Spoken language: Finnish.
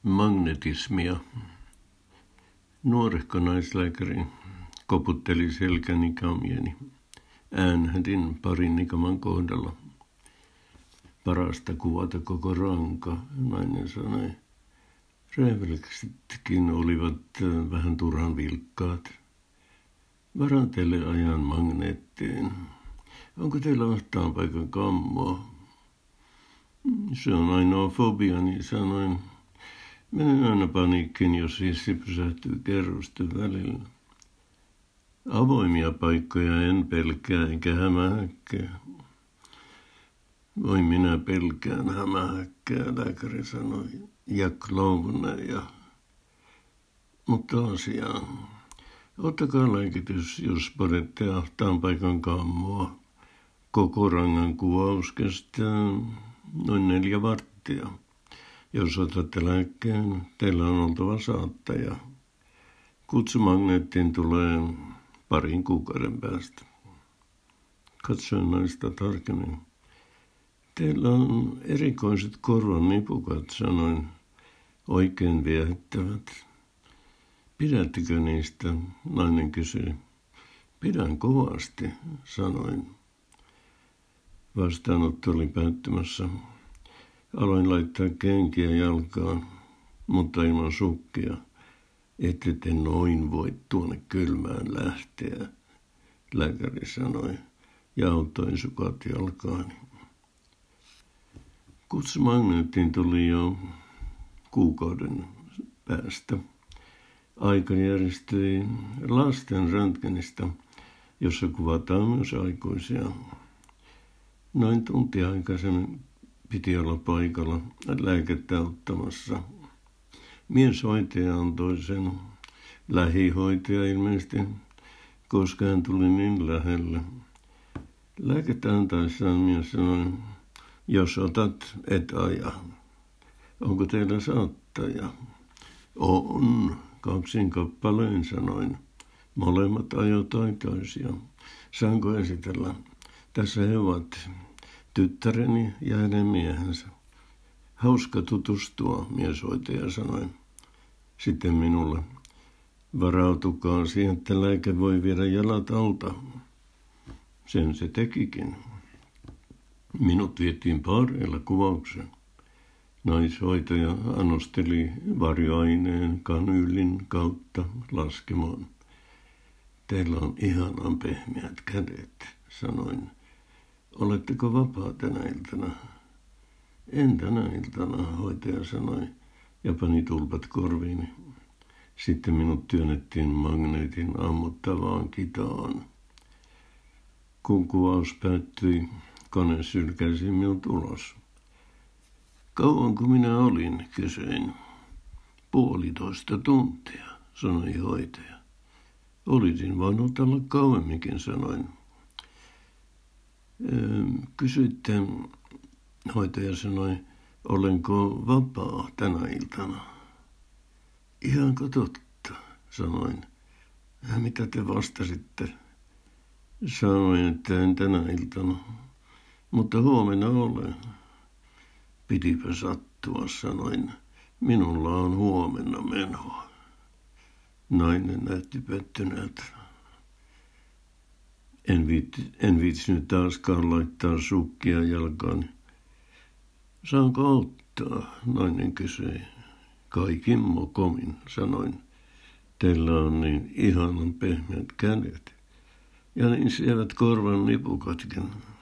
magnetismia. Nuorehko naislääkäri koputteli selkäni kamieni. Äänhätin parin nikaman kohdalla. Parasta kuvata koko ranka, nainen sanoi. Refleksitkin olivat vähän turhan vilkkaat. Varaan teille ajan magneettiin. Onko teillä vastaan paikan kammoa? Se on ainoa fobiani, sanoin. Menen aina paniikkiin, jos hissi pysähtyy kerrosten välillä. Avoimia paikkoja en pelkää enkä hämähäkkää. Voi minä pelkään hämähäkkää, lääkäri sanoi. Ja klouneja. Mutta asiaan. Ottakaa lääkitys, jos padette ahtaan paikan kammoa. Koko rangan kuvaus kestää noin 4 varttia. Jos otatte lääkkeen, teillä on oltava saattaja. Kutsu magneettiin tulee 2 kuukauden päästä. Katsoin naista tarkemmin. Teillä on erikoiset korvan nipukat, sanoin. Oikein viehättävät. Pidättekö niistä? Nainen kysyi. Pidän kovasti, sanoin. Vastaanotto oli päättymässä. Aloin laittaa kenkiä jalkaan, mutta ilman sukkia. Ette te noin voi tuonne kylmään lähteä, lääkäri sanoi ja autoin sukat jalkaani. Kutsu magneettiin tuli jo kuukauden päästä. Aika järjestyi lasten röntgenistä, jossa kuvataan myös aikuisia. Noin tunti aikaisemmin piti olla paikalla lääkettä ottamassa. Mieshoitaja antoi sen, lähihoitaja ilmeisesti, koska hän tuli niin lähelle. Lääkettä antaessaan mies sanoi, jos otat, et aja. Onko teillä saattaja? On, 2 kappaleen sanoin. Molemmat ajotaitoisia. Saanko esitellä? Tässä he ovat tyttäreni ja hänen miehensä. Hauska tutustua, mieshoitaja sanoi. Sitten minulle. Varautukaa siihen, että lääke voi viedä jalat alta. Sen se tekikin. Minut vietiin paareilla kuvaukseen. Naishoitaja annosteli varjoaineen kanyylin kautta laskemaan. Teillä on ihanan pehmeät kädet, sanoin. Oletteko vapaa tänä iltana? En tänä iltana, hoitaja sanoi ja pani tulpat korviini. Sitten minut työnnettiin magneetin ammuttavaan kitaan. Kun kuvaus päättyi, kone sylkäisi minut ulos. Kauanko minä olin, kysyin. 1,5 tuntia, sanoi hoitaja. Olisin voinut olla kauemminkin, sanoin. Kysyitte, hoitaja sanoi, olenko vapaa tänä iltana? Ihanko totta, sanoin. Mitä te vastasitte? Sanoin, että en tänä iltana, mutta huomenna olen. Pitipä sattua, sanoin. Minulla on huomenna menoa. Nainen näytti pettyneeltä. En viitsinyt taaskaan laittaa sukkia jalkaani. Saanko auttaa? Nainen kysyi. Kaikin mokomin, sanoin. Teillä on niin ihanan pehmeät kädet. Ja niin sievät korvan nipukatkin.